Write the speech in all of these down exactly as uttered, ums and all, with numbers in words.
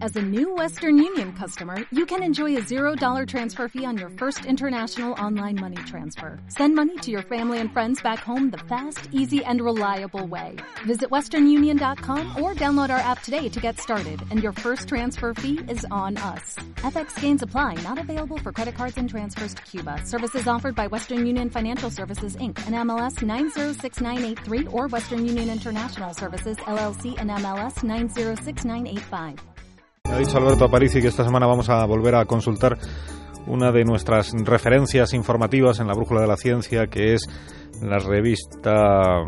As a new Western Union customer, you can enjoy a zero dollar transfer fee on your first international online money transfer. Send money to your family and friends back home the fast, easy, and reliable way. Visit western union dot com or download our app today to get started, and your first transfer fee is on us. F X gains apply, not available for credit cards and transfers to Cuba. Services offered by Western Union Financial Services, Incorporated, and M L S nine zero six nine eight three or Western Union International Services, L L C, and M L S nine zero six nine eight five. Ha dicho Alberto Aparici que esta semana vamos a volver a consultar una de nuestras referencias informativas en la Brújula de la Ciencia, que es la revista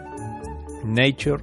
Nature.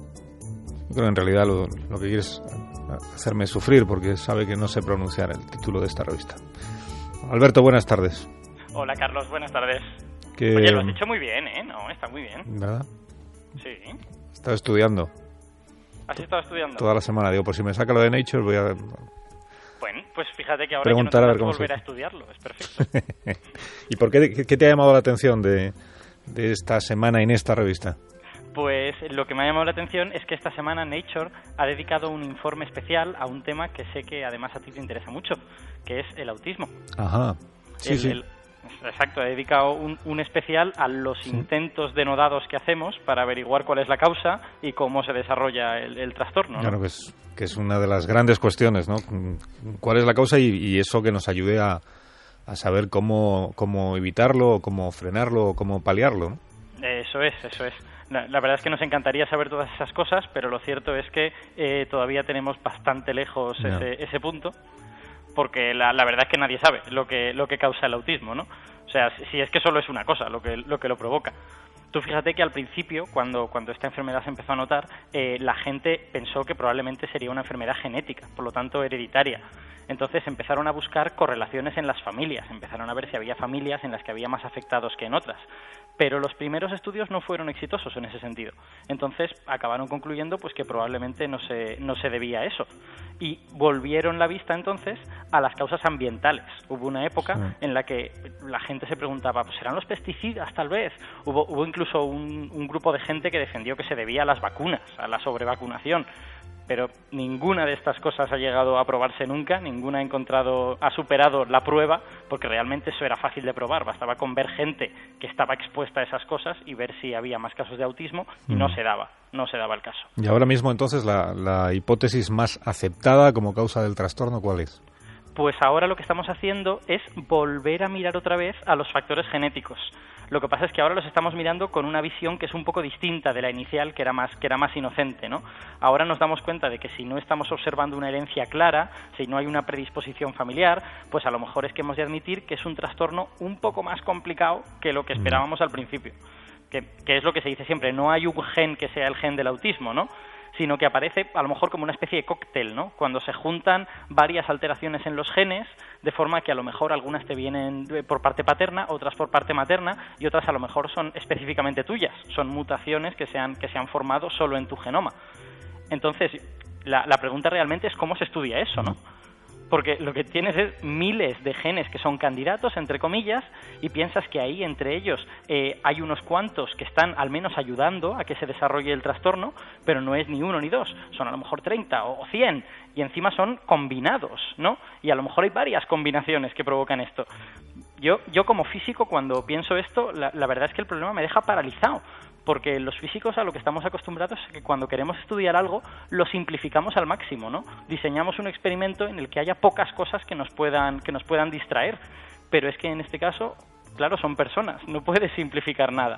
Yo creo que en realidad lo, lo que quiere es hacerme sufrir porque sabe que no sé pronunciar el título de esta revista. Alberto, buenas tardes. Hola, Carlos, buenas tardes. Que... Oye, lo has hecho muy bien, ¿eh? No, está muy bien. ¿Verdad? Sí. He estado estudiando. ¿Has estado estudiando? Toda la semana. Digo, por si me saca lo de Nature, voy a... Bueno, pues fíjate que ahora preguntar que no a ver tengo cómo que volver se... a estudiarlo. Es perfecto. ¿Y por qué, qué te ha llamado la atención de, de esta semana en esta revista? Pues lo que me ha llamado la atención es que esta semana Nature ha dedicado un informe especial a un tema que sé que además a ti te interesa mucho, que es el autismo. Ajá, sí, el, sí. El, exacto, ha dedicado un, un especial a los sí. intentos denodados que hacemos para averiguar cuál es la causa y cómo se desarrolla el, el trastorno, ¿no? Claro, que es, que es una de las grandes cuestiones, ¿no? ¿Cuál es la causa y, y eso que nos ayude a, a saber cómo, cómo evitarlo, cómo frenarlo, cómo paliarlo, ¿no? Eso es, eso es. La, la verdad es que nos encantaría saber todas esas cosas, pero lo cierto es que eh, todavía tenemos bastante lejos no. ese, ese punto, porque la, la verdad es que nadie sabe lo que lo que causa el autismo, ¿no? O sea, si, si es que solo es una cosa lo que lo que lo provoca. Tú fíjate que al principio, cuando, cuando esta enfermedad se empezó a notar, eh, la gente pensó que probablemente sería una enfermedad genética, por lo tanto hereditaria. Entonces empezaron a buscar correlaciones en las familias, empezaron a ver si había familias en las que había más afectados que en otras. Pero los primeros estudios no fueron exitosos en ese sentido. Entonces acabaron concluyendo pues que probablemente no se, no se debía a eso. Y volvieron la vista entonces a las causas ambientales. Hubo una época sí. en la que la gente se preguntaba, pues ¿serán los pesticidas tal vez? Hubo, hubo incluso un, un grupo de gente que defendió que se debía a las vacunas, a la sobrevacunación. Pero ninguna de estas cosas ha llegado a probarse nunca, ninguna ha encontrado, ha superado la prueba, porque realmente eso era fácil de probar, bastaba con ver gente que estaba expuesta a esas cosas y ver si había más casos de autismo, y mm. no se daba, no se daba el caso. Y ahora mismo entonces la, la hipótesis más aceptada como causa del trastorno, ¿cuál es? Pues ahora lo que estamos haciendo es volver a mirar otra vez a los factores genéticos. Lo que pasa es que ahora los estamos mirando con una visión que es un poco distinta de la inicial, que era más que era más inocente, ¿no? Ahora nos damos cuenta de que si no estamos observando una herencia clara, si no hay una predisposición familiar, pues a lo mejor es que hemos de admitir que es un trastorno un poco más complicado que lo que esperábamos al principio. Que, que es lo que se dice siempre, no hay un gen que sea el gen del autismo, ¿no? Sino que aparece a lo mejor como una especie de cóctel, ¿no? Cuando se juntan varias alteraciones en los genes, de forma que a lo mejor algunas te vienen por parte paterna, otras por parte materna, y otras a lo mejor son específicamente tuyas, son mutaciones que se han, que se han formado solo en tu genoma. Entonces, la, la pregunta realmente es cómo se estudia eso, ¿no? Porque lo que tienes es miles de genes que son candidatos, entre comillas, y piensas que ahí, entre ellos, eh, hay unos cuantos que están al menos ayudando a que se desarrolle el trastorno, pero no es ni uno ni dos, son a lo mejor treinta o cien, y encima son combinados, ¿no? Y a lo mejor hay varias combinaciones que provocan esto. Yo, yo como físico, cuando pienso esto, la, la verdad es que el problema me deja paralizado, porque los físicos a lo que estamos acostumbrados es que cuando queremos estudiar algo lo simplificamos al máximo, ¿no? Diseñamos un experimento en el que haya pocas cosas que nos puedan que nos puedan distraer, pero es que en este caso, claro, son personas, no puedes simplificar nada.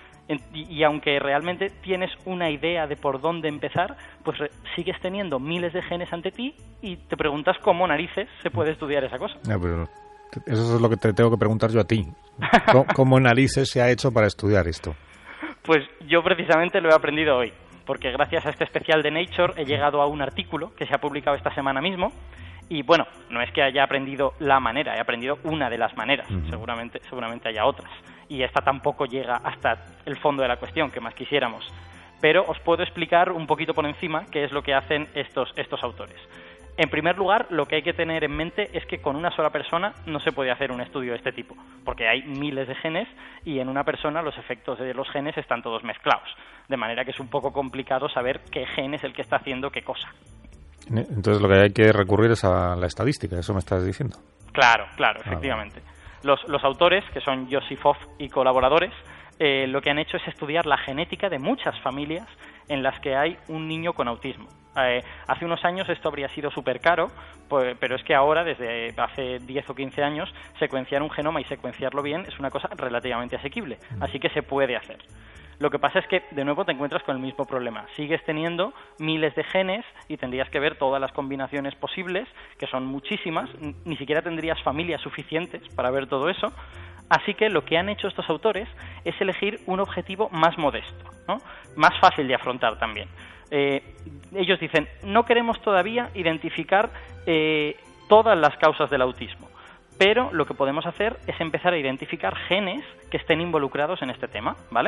Y, y aunque realmente tienes una idea de por dónde empezar, pues re, sigues teniendo miles de genes ante ti y te preguntas cómo narices se puede estudiar esa cosa. Ya, pero eso es lo que te tengo que preguntar yo a ti. ¿Cómo, cómo narices se ha hecho para estudiar esto? Pues yo precisamente lo he aprendido hoy, porque gracias a este especial de Nature he llegado a un artículo que se ha publicado esta semana mismo y bueno, no es que haya aprendido la manera, he aprendido una de las maneras, uh-huh. seguramente, seguramente haya otras y esta tampoco llega hasta el fondo de la cuestión que más quisiéramos, pero os puedo explicar un poquito por encima qué es lo que hacen estos, estos autores. En primer lugar, lo que hay que tener en mente es que con una sola persona no se puede hacer un estudio de este tipo, porque hay miles de genes y en una persona los efectos de los genes están todos mezclados, de manera que es un poco complicado saber qué gen es el que está haciendo qué cosa. Entonces lo que hay que recurrir es a la estadística, eso me estás diciendo. Claro, claro, efectivamente. Ah, bueno. Los, los autores, que son Josifov y colaboradores, eh, lo que han hecho es estudiar la genética de muchas familias en las que hay un niño con autismo. Eh, hace unos años esto habría sido súper caro, pues, pero es que ahora, desde hace diez o quince años, secuenciar un genoma y secuenciarlo bien es una cosa relativamente asequible, así que se puede hacer. Lo que pasa es que, de nuevo, te encuentras con el mismo problema. Sigues teniendo miles de genes y tendrías que ver todas las combinaciones posibles, que son muchísimas. Ni siquiera tendrías familias suficientes para ver todo eso. Así que lo que han hecho estos autores es elegir un objetivo más modesto, ¿no? Más fácil de afrontar también. Eh, ellos dicen, no queremos todavía identificar eh, todas las causas del autismo, pero lo que podemos hacer es empezar a identificar genes que estén involucrados en este tema, ¿vale?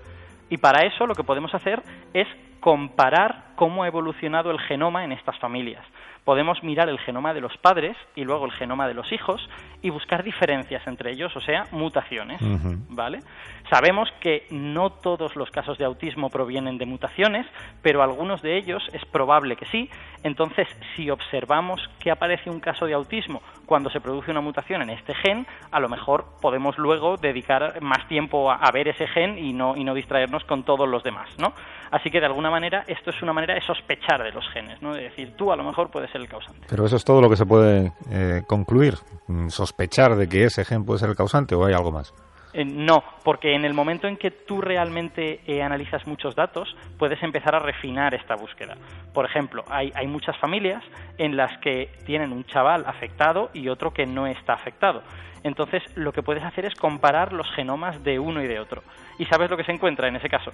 Y para eso lo que podemos hacer es comparar cómo ha evolucionado el genoma en estas familias. Podemos mirar el genoma de los padres y luego el genoma de los hijos y buscar diferencias entre ellos, o sea, mutaciones, uh-huh. ¿vale? Sabemos que no todos los casos de autismo provienen de mutaciones, pero algunos de ellos es probable que sí. Entonces, si observamos que aparece un caso de autismo cuando se produce una mutación en este gen, a lo mejor podemos luego dedicar más tiempo a, a ver ese gen y no, y no distraernos con todos los demás, ¿no? Así que, de alguna manera, esto es una manera de sospechar de los genes, ¿no? De decir, tú a lo mejor puedes ser el causante. Pero eso es todo lo que se puede eh, concluir, sospechar de que ese gen puede ser el causante, ¿o hay algo más? Eh, no, porque en el momento en que tú realmente eh, analizas muchos datos, puedes empezar a refinar esta búsqueda. Por ejemplo, hay, hay muchas familias en las que tienen un chaval afectado y otro que no está afectado. Entonces, lo que puedes hacer es comparar los genomas de uno y de otro. ¿Y sabes lo que se encuentra en ese caso?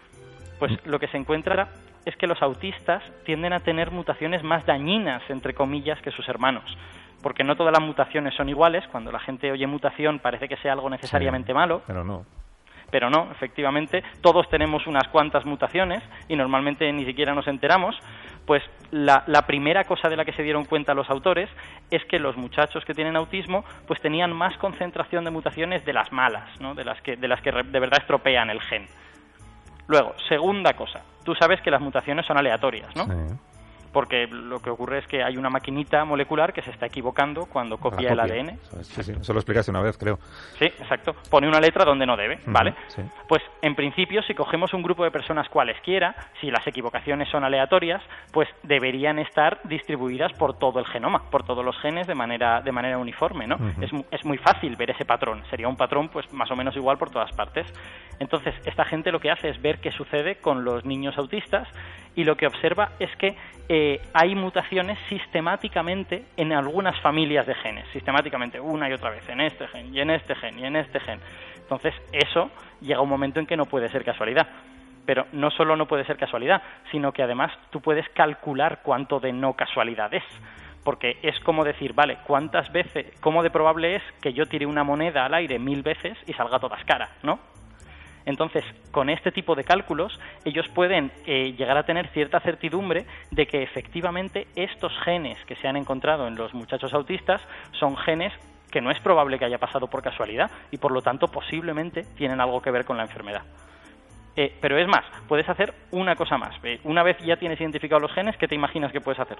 Pues lo que se encuentra es que los autistas tienden a tener mutaciones más dañinas, entre comillas, que sus hermanos. Porque no todas las mutaciones son iguales. Cuando la gente oye mutación parece que sea algo necesariamente sí, malo. Pero no. Pero no, efectivamente, todos tenemos unas cuantas mutaciones y normalmente ni siquiera nos enteramos. Pues la, la primera cosa de la que se dieron cuenta los autores es que los muchachos que tienen autismo pues tenían más concentración de mutaciones de las malas, ¿no? de las que, de las que de verdad estropean el gen. Luego, segunda cosa, tú sabes que las mutaciones son aleatorias, ¿no? Sí. Porque lo que ocurre es que hay una maquinita molecular que se está equivocando cuando copia, copia. el A D N. Sí, sí, eso lo explicaste una vez, creo. Sí, exacto. Pone una letra donde no debe, ¿vale? Uh-huh, sí. Pues, en principio, si cogemos un grupo de personas cualesquiera, si las equivocaciones son aleatorias, pues deberían estar distribuidas por todo el genoma, por todos los genes de manera de manera uniforme, ¿no? Uh-huh. Es, es muy fácil ver ese patrón. Sería un patrón, pues, más o menos igual por todas partes. Entonces, esta gente lo que hace es ver qué sucede con los niños autistas y lo que observa es que eh, hay mutaciones sistemáticamente en algunas familias de genes, sistemáticamente, una y otra vez, en este gen, y en este gen, y en este gen. Entonces, eso llega un momento en que no puede ser casualidad. Pero no solo no puede ser casualidad, sino que además tú puedes calcular cuánto de no casualidad es. Porque es como decir, vale, ¿cuántas veces, cómo de probable es que yo tire una moneda al aire mil veces y salga todas cara, ¿no? Entonces, con este tipo de cálculos, ellos pueden eh, llegar a tener cierta certidumbre de que efectivamente estos genes que se han encontrado en los muchachos autistas son genes que no es probable que haya pasado por casualidad y, por lo tanto, posiblemente tienen algo que ver con la enfermedad. Eh, pero es más, puedes hacer una cosa más. Eh, una vez ya tienes identificados los genes, ¿qué te imaginas que puedes hacer?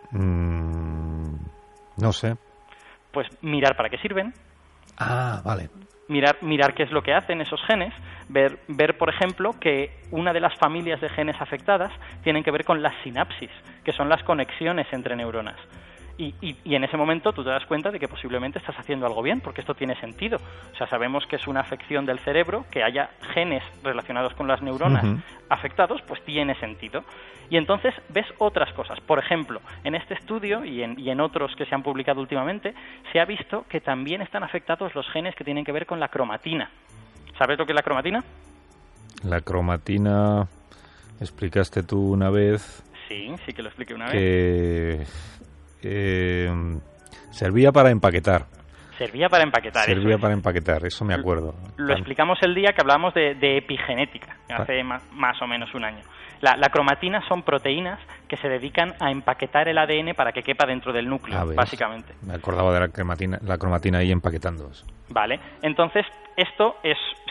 Mm, no sé. Pues mirar para qué sirven. Ah, vale. Mirar, mirar qué es lo que hacen esos genes, ver, ver, por ejemplo, que una de las familias de genes afectadas tienen que ver con las sinapsis, que son las conexiones entre neuronas. Y, y, y en ese momento tú te das cuenta de que posiblemente estás haciendo algo bien, porque esto tiene sentido. O sea, sabemos que es una afección del cerebro, que haya genes relacionados con las neuronas uh-huh. afectados, pues tiene sentido. Y entonces ves otras cosas. Por ejemplo, en este estudio y en, y en otros que se han publicado últimamente, se ha visto que también están afectados los genes que tienen que ver con la cromatina. ¿Sabes lo que es la cromatina? La cromatina, explicaste tú una vez. Sí, sí que lo expliqué una que... vez. Eh, servía para empaquetar. Servía para empaquetar. Servía eso para empaquetar, eso me acuerdo. Lo explicamos el día que hablábamos de, de epigenética, hace más, más o menos un año. La, la cromatina son proteínas que se dedican a empaquetar el A D N para que quepa dentro del núcleo, básicamente. Me acordaba de la cromatina, la cromatina ahí empaquetando eso. Vale, entonces esto es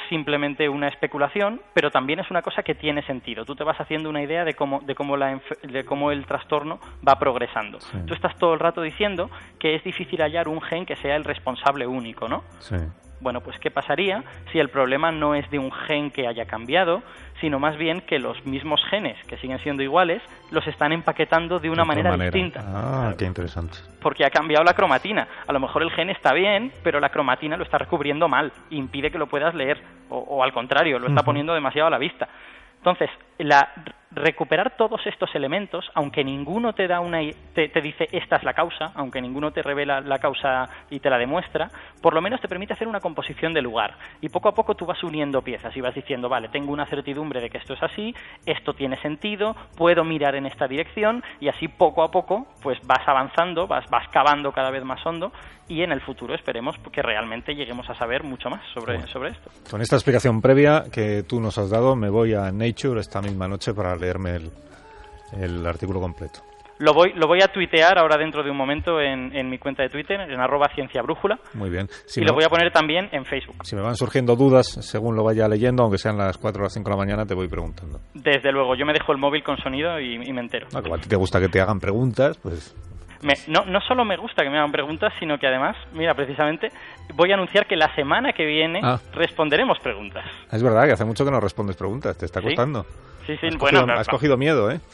simplemente una especulación, pero también es una cosa que tiene sentido. Tú te vas haciendo una idea de cómo, de cómo, la, de cómo el trastorno va progresando. Sí. Tú estás todo el rato diciendo que es difícil hallar un gen que sea el responsable único, ¿no? Sí. Bueno, pues ¿qué pasaría si el problema no es de un gen que haya cambiado, sino más bien que los mismos genes, que siguen siendo iguales, los están empaquetando de una de manera, manera distinta? Ah, claro. Qué interesante. Porque ha cambiado la cromatina. A lo mejor el gen está bien, pero la cromatina lo está recubriendo mal, impide que lo puedas leer, o, o al contrario, lo está poniendo demasiado a la vista. Entonces, la, recuperar todos estos elementos, aunque ninguno te da una te, te dice esta es la causa, aunque ninguno te revela la causa y te la demuestra, por lo menos te permite hacer una composición de lugar. Y poco a poco tú vas uniendo piezas y vas diciendo, vale, tengo una certidumbre de que esto es así, esto tiene sentido, puedo mirar en esta dirección, y así poco a poco pues vas avanzando, vas, vas cavando cada vez más hondo, y en el futuro esperemos que realmente lleguemos a saber mucho más sobre, bueno, sobre esto. Con esta explicación previa que tú nos has dado, me voy a Nature esta misma noche para leerme el, el artículo completo. Lo voy, lo voy a tuitear ahora dentro de un momento en, en mi cuenta de Twitter, en arroba cienciabrújula. Muy bien. Si y no, lo voy a poner también en Facebook. Si me van surgiendo dudas, según lo vaya leyendo, aunque sean las cuatro o las cinco de la mañana, te voy preguntando. Desde luego, yo me dejo el móvil con sonido y, y me entero. No, como a ti te gusta que te hagan preguntas, pues... Me, no, no solo me gusta que me hagan preguntas, sino que además, mira, precisamente, voy a anunciar que la semana que viene ah. responderemos preguntas. Es verdad que hace mucho que no respondes preguntas, te está costando. Sí, sí, has bueno... Cogido, no, has cogido miedo, ¿eh?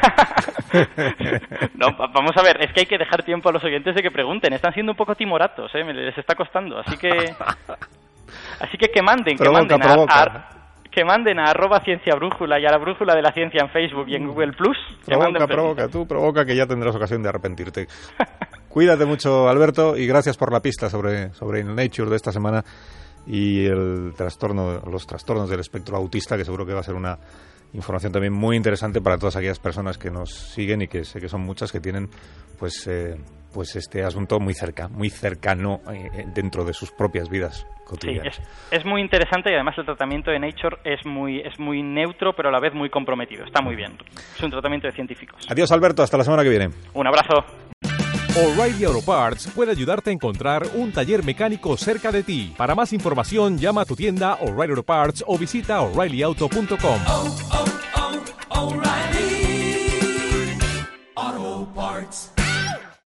No, vamos a ver, es que hay que dejar tiempo a los oyentes de que pregunten. Están siendo un poco timoratos, ¿eh? Les está costando, así que... Así que que manden, provoca, que manden provoca. a... a que manden a arroba ciencia brújula y a la brújula de la ciencia en Facebook y en Google Plus. Que provoca, manden provoca, tú provoca que ya tendrás ocasión de arrepentirte. Cuídate mucho, Alberto, y gracias por la pista sobre, sobre el Nature de esta semana y el trastorno, los trastornos del espectro autista, que seguro que va a ser una información también muy interesante para todas aquellas personas que nos siguen y que sé que son muchas que tienen pues eh, pues este asunto muy cerca, muy cercano eh, dentro de sus propias vidas cotidianas. Sí, es, es muy interesante y además el tratamiento de Nature es muy es muy neutro, pero a la vez muy comprometido. Está muy bien. Es un tratamiento de científicos. Adiós, Alberto, hasta la semana que viene. Un abrazo. O'Reilly Auto Parts puede ayudarte a encontrar un taller mecánico cerca de ti. Para más información, llama a tu tienda O'Reilly Auto Parts o visita O'Reilly Auto punto com. Oh, oh.